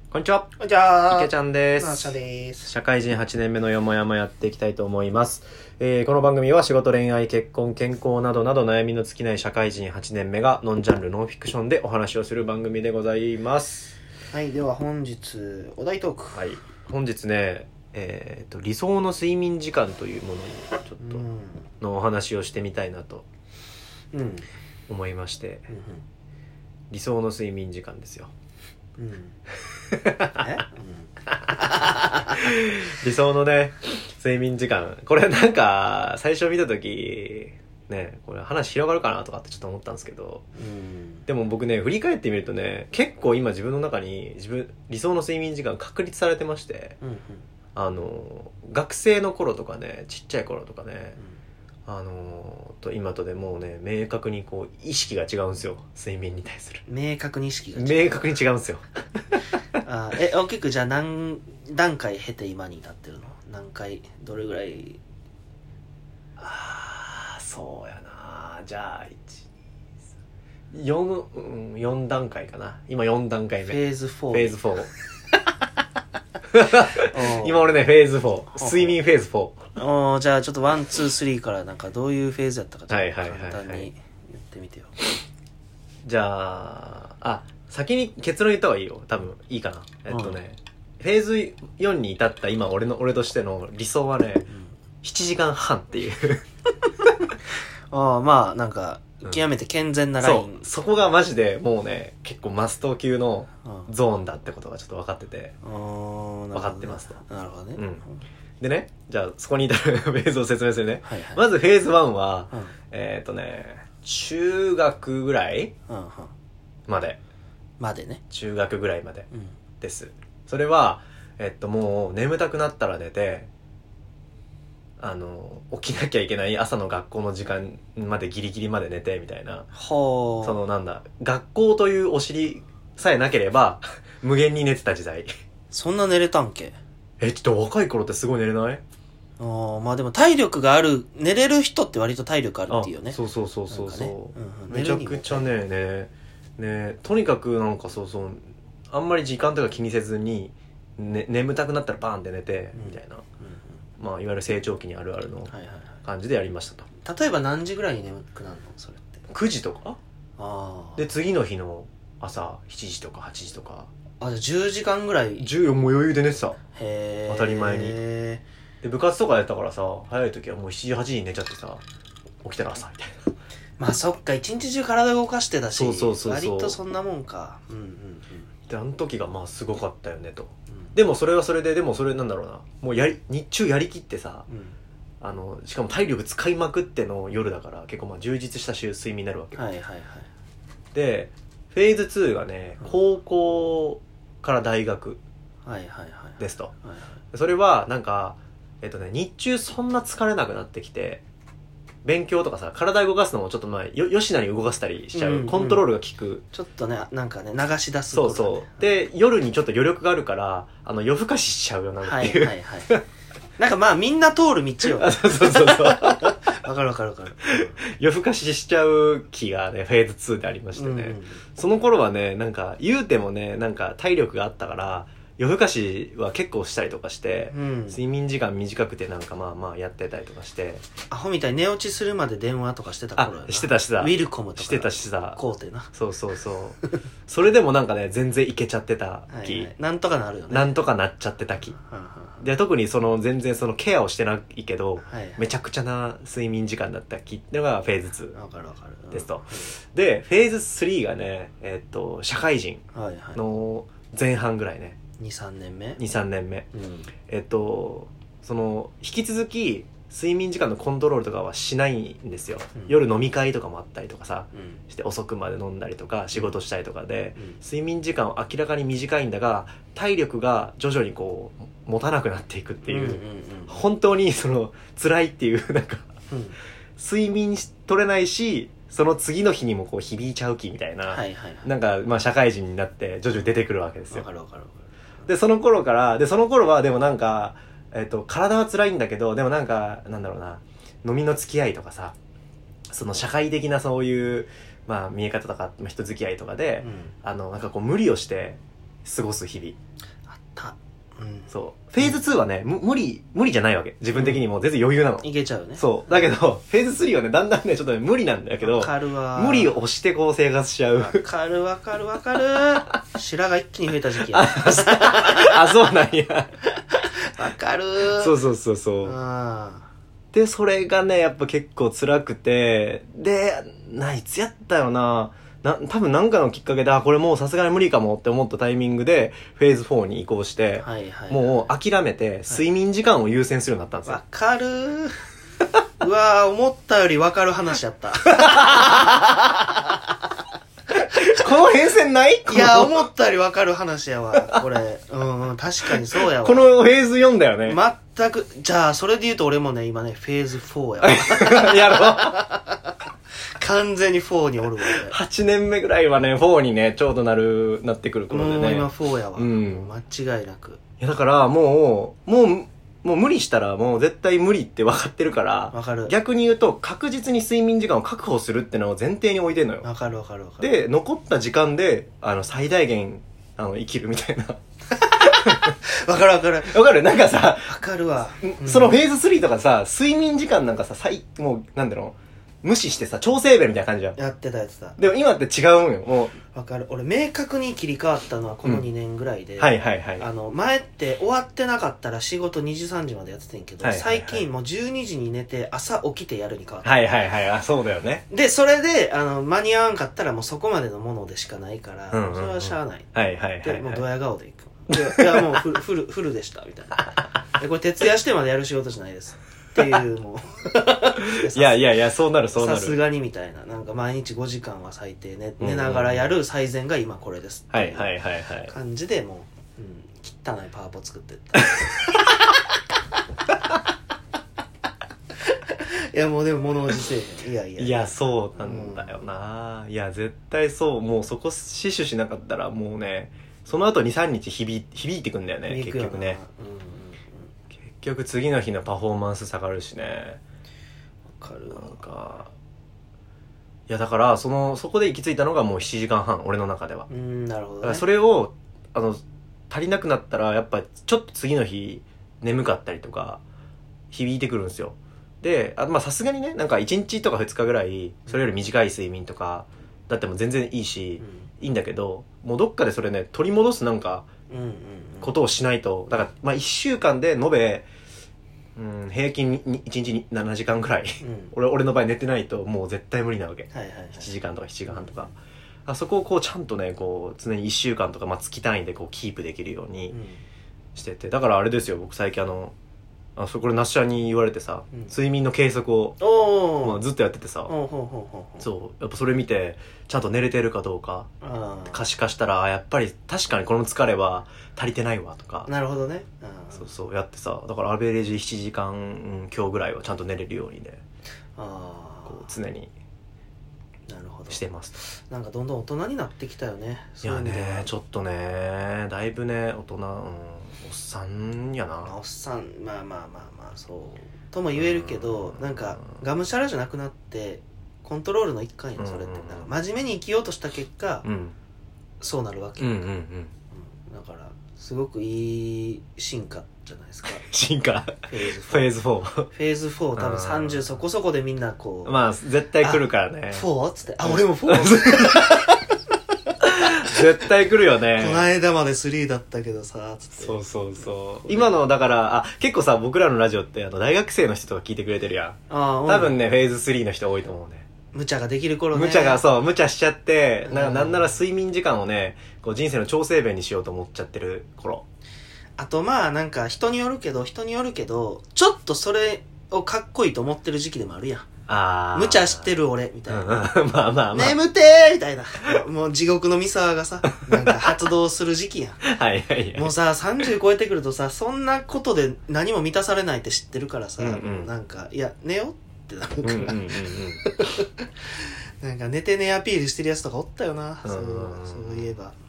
こんにちは。 じゃあ、 池ちゃんです。 なっしゃです。 社会人8年目のよもやまやっていきたいと思います。この番組は仕事、恋愛、結婚、健康などなど悩みの尽きない社会人8年目がノンジャンル、ノンフィクションでお話をする番組でございます。 はい、では本日、お題トーク。 はい。本日ね、理想の睡眠時間というものにちょっとのお話をしてみたいなと思いまして、理想の睡眠時間ですよ。理想のね睡眠時間、これなんか最初見た時ね、これ話広がるかなとかってちょっと思ったんですけど、でも僕ね振り返ってみるとね、結構今自分の中に理想の睡眠時間確立されてまして、学生の頃とかね、ちっちゃい頃とかね、今とでもうね明確にこう意識が違うんですよ、睡眠に対する明確に意識が明確に違うんですよ大きくじゃあ何段階経て今になってるの？何回、どれぐらい？ そうやな、じゃあ4段階かな。今4段階目、 フェーズ4。 フェーズ4今俺ねフェーズ4、睡眠フェーズ4。 じゃあちょっと1、2、3からなんかどういうフェーズやったかちょっと簡単に言ってみてよ。 じゃあ先に結論言った方がいいよ、多分いいかな。フェーズ4に至った今俺としての理想はね、7時間半っていうまあなんか極めて健全なライン、 そこがマジでもうね結構マスト級のゾーンだってことがちょっと分かってて、分かってますと。 なるほどね。 でね、じゃあそこに至るフェーズを説明するね。まずフェーズ1は、中学ぐらいまでね、 中学ぐらいまでです。それはもう眠たくなったら寝て、起きなきゃいけない朝の学校の時間までギリギリまで寝てみたいな、そのなんだ、学校というお尻さえなければ無限に寝てた時代。 そんな寝れたんけ？ ちょっと若い頃ってすごい寝れない？ まあでも体力がある、寝れる人って割と体力あるっていうよね。 そう、めちゃくちゃねとにかくなんかあんまり時間とか気にせずに、眠たくなったらバーンって寝てみたいな、まあいわゆる成長期にあるあるの感じでやりましたと。 例えば何時ぐらいに眠くなるのそれって？ 9時とかで、次の日の朝7時とか8時とか。 じゃあ10時間ぐらいもう余裕で寝てた。 当たり前に。で部活とかやったからさ、早い時はもう7時8時に寝ちゃってさ、起きたら朝みたいな。 まあそっか、一日中体動かしてたし、 そう割とそんなもんか。 であの時がまあすごかったよねと。でもそれはそれで、でもそれなんだろうな、もう日中やりきってさ、しかも体力使いまくっての夜だから結構まあ充実した睡眠になるわけ。でフェーズ2がね、高校から大学ですと。それはなんか日中そんな疲れなくなってきて、勉強とかさ、体動かすのもちょっとよしなに動かせたりしちゃう、コントロールが効く、 ちょっとね、なんかね流し出すこと、 そうで夜にちょっと余力があるから夜更かししちゃうようになるっていう、 なんかまあみんな通る道よ。 そうわかる夜更かししちゃう気がねフェーズ2でありましてね、その頃はね、なんか言うてもね、なんか体力があったから夜更かしは結構したりとかして、睡眠時間短くてなんかまあやってたりとかして、 アホみたいに寝落ちするまで電話とかしてた頃やな。 してたウィルコムとかしてたこうてな。 そうそれでもなんかね全然いけちゃってた気、 なんとかなるよね。 なんとかなっちゃってた気で、特に全然ケアをしてないけど、めちゃくちゃな睡眠時間だった気っていうのがフェーズ2ですと。でフェーズ3がね、社会人の前半ぐらいね、 2、3年目、 引き続き睡眠時間のコントロールとかはしないんですよ、夜飲み会とかもあったりとかさ、して遅くまで飲んだりとか仕事したりとかで、睡眠時間は明らかに短いんだが体力が徐々にこう持たなくなっていくっていう、本当に辛いっていうなんか、睡眠取れないしその次の日にもこう響いちゃう気みたいな、なんかまあ社会人になって徐々に出てくるわけですよ。でその頃はでもなんか、体は辛いんだけど、でもなんかなんだろうな、飲みの付き合いとかさ、その社会的なそういうまあ見え方とか人付き合いとかで、なんかこう無理をして過ごす日々。 あった。うん。 そう。フェーズ2はね、無理じゃないわけ。自分的にも全然余裕なの。 いけちゃうね。 そう。だけど、フェーズ3はね、だんだんね、ちょっとね、無理なんだけど、 わかるわ。 無理を押してこう生活しちゃう。 わかる。白が一気に増えた時期や。 あ、そうなんや。 わかる。 そう。で、それがね、やっぱ結構辛くて、で、いつやったよな。多分なんかのきっかけで、これもうさすがに無理かもって思ったタイミングで、フェーズ4に移行して、もう諦めて、睡眠時間を優先するようになったんですよ。 わかる。うわー、思ったよりわかる話やった。 この変遷ない？ いや、思ったよりわかる話やわ、これ。確かにそうやわ。 このフェーズ4だよね。 全く、じゃあ、それで言うと俺もね、今ね、フェーズ4やわ。 やろ完全に4におるわ、俺。 8年目ぐらいはね、4にね、ちょうどなってくる頃でね。 もう今4やわ。 うん。 間違いなく。 いや、だから、もう無理したらもう絶対無理って分かってるから、 わかる。 逆に言うと確実に睡眠時間を確保するってのを前提に置いてんのよ。 わかる。 で、残った時間で、最大限、生きるみたいな。 わかる。 なんかさ、 わかるわ。 そのフェーズ3とかさ、睡眠時間なんかさ、もう、なんだろう、無視してさ、調整ベルみたいな感じじゃん。 やってた。 でも今って違うんよ、もう。わかる。俺、明確に切り替わったのはこの2年ぐらいで。 はい。 前って終わってなかったら仕事2時3時までやってたんやけど、最近もう12時に寝て朝起きてやるに変わった。 はい。そうだよね。 で、それで、間に合わんかったらもうそこまでのものでしかないから、それはしゃあない。 はい。 で、もうドヤ顔でいく。いや、もうフルでした、みたいな。これ徹夜してまでやる仕事じゃないです。っていう、もう。 いや、そうなる。 さすがにみたいな。なんか毎日5時間は最低寝ながらやる最善が今これです。 はい。 感じでもう、汚いパワポ作ってった。いや、もうでも物おじせえへん。 いや、そうなんだよな。いや、絶対そう。もうそこ死守しなかったらもうね、その後 2,3 日響いてくんだよね、結局ね。結局次の日のパフォーマンス下がるしね。 わかる。 なんか、いやだからそこで行き着いたのがもう7時間半、俺の中では。 なるほど、ね。 だからそれを足りなくなったらやっぱちょっと次の日眠かったりとか響いてくるんですよ。で、さすがにね、なんか1日とか2日ぐらいそれより短い睡眠とかだっても全然いいし、いいんだけど、もうどっかでそれね取り戻すなんかことをしないと。だから1週間で延べ平均1日に7時間くらい、俺の場合寝てないともう絶対無理なわけ。7時間とか7時間半とか、そこをこうちゃんとね、こう常に1週間とか月単位でこうキープできるようにしてて、だからあれですよ、僕最近これナッシャーに言われてさ、睡眠の計測を、ずっとやっててさ、そうやっぱそれ見てちゃんと寝れてるかどうか可視化したら、やっぱり確かにこの疲れは足りてないわとか。 なるほどね。 そうやってさ、だからアベレージ7時間今日ぐらいはちゃんと寝れるようにね、こう常にしてますと。なんかどんどん大人になってきたよね。 いやね、ちょっとね、だいぶね、大人、おっさんやな。 おっさん、まあそうとも言えるけど、なんかがむしゃらじゃなくなってコントロールの一環や、それって。なんか真面目に生きようとした結果、そうなるわけ。だからすごくいい進化じゃないですか。 進化フェーズ4 フェーズ4、多分30そこそこでみんなこう、 絶対来るからね。 4っつって、俺も4 絶対来るよね。 この間まで3だったけどさ、つって。 そう今のだから結構さ、僕らのラジオって大学生の人とか聞いてくれてるやん。多分ねフェーズ3の人多いと思うね。 無茶ができる頃ね。 無茶しちゃって、なんなら睡眠時間をね、こう人生の調整弁にしようと思っちゃってる頃。 あとなんか人によるけど、ちょっとそれをかっこいいと思ってる時期でもあるやん。無茶してる俺みたいな。眠てーみたいな。もう地獄のミサーがさ、なんか発動する時期やん。もうさ、30超えてくるとさ、そんなことで何も満たされないって知ってるからさ、なんか、いや、寝よってなるから。なんか寝てねアピールしてるやつとかおったよな。そういえば。なんか。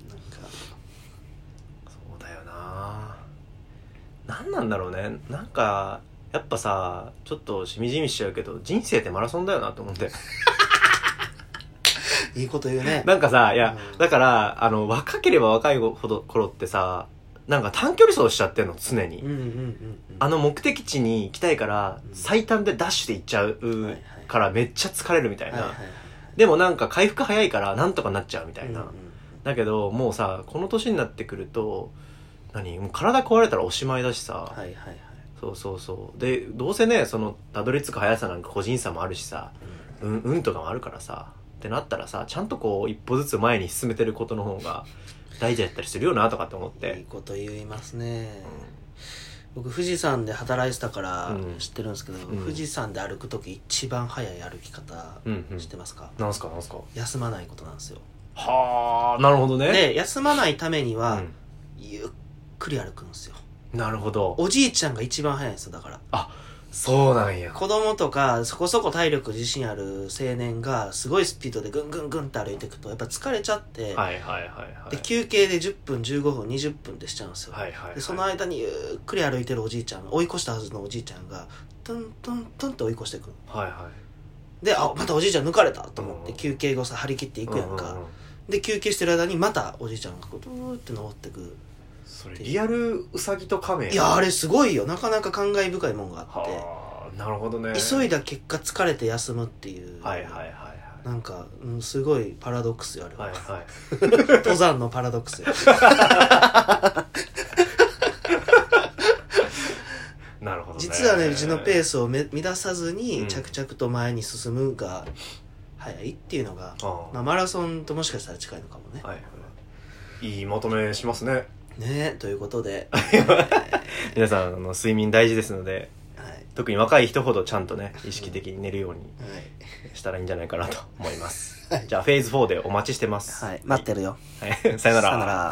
そうだよな。なんなんだろうね。なんか、やっぱさ、ちょっとしみじみしちゃうけど、人生ってマラソンだよなと思って。 いいこと言うね。 なんかさ、いや、だから、若ければ若いほど頃ってさ、なんか短距離走しちゃってんの、常に。目的地に行きたいから、最短でダッシュで行っちゃうからめっちゃ疲れるみたいな。でもなんか回復早いからなんとかなっちゃうみたいな。だけど、もうさ、この年になってくると、もう体壊れたらおしまいだしさ。そうそうそう。で、どうせね、たどり着く速さなんか個人差もあるしさ、運とかもあるからさ、ってなったらさ、ちゃんとこう、一歩ずつ前に進めてることの方が大事だったりするよなとかって思って。 いいこと言いますね。僕、富士山で働いてたから知ってるんですけど、富士山で歩くとき一番速い歩き方知ってますか？ なんすか？ 休まないことなんですよ。 はあ、なるほどね。 で、休まないためには、ゆっくり歩くんですよ。 なるほど。 おじいちゃんが一番速いんですよ、だから。 あ、そうなんや。 子供とかそこそこ体力自信ある青年がすごいスピードでぐんぐんぐんって歩いていくとやっぱ疲れちゃって、で休憩で10分15分20分でしちゃうんですよ、でその間にゆっくり歩いてるおじいちゃん、追い越したはずのおじいちゃんがトントントンって追い越していく、で、またおじいちゃん抜かれたと思って休憩後さ張り切っていくやんか、で休憩してる間にまたおじいちゃんがこうドーって登ってく。 それリアルウサギとカメ。 いや、あれすごいよ。なかなか感慨深いもんがあって。 なるほどね。 急いだ結果疲れて休むっていう。なんか、すごいパラドックスよ、あれは。登山のパラドックスよ。 なるほどね。 実はね、うちのペースを乱さずに着々と前に進むが早いっていうのが、マラソンともしかしたら近いのかもね。 いいまとめしますね。 ね、ということで皆さん睡眠大事ですので、特に若い人ほどちゃんとね意識的に寝るようにしたらいいんじゃないかなと思います、じゃあフェーズ4でお待ちしてます。 待ってるよ。 さよなら。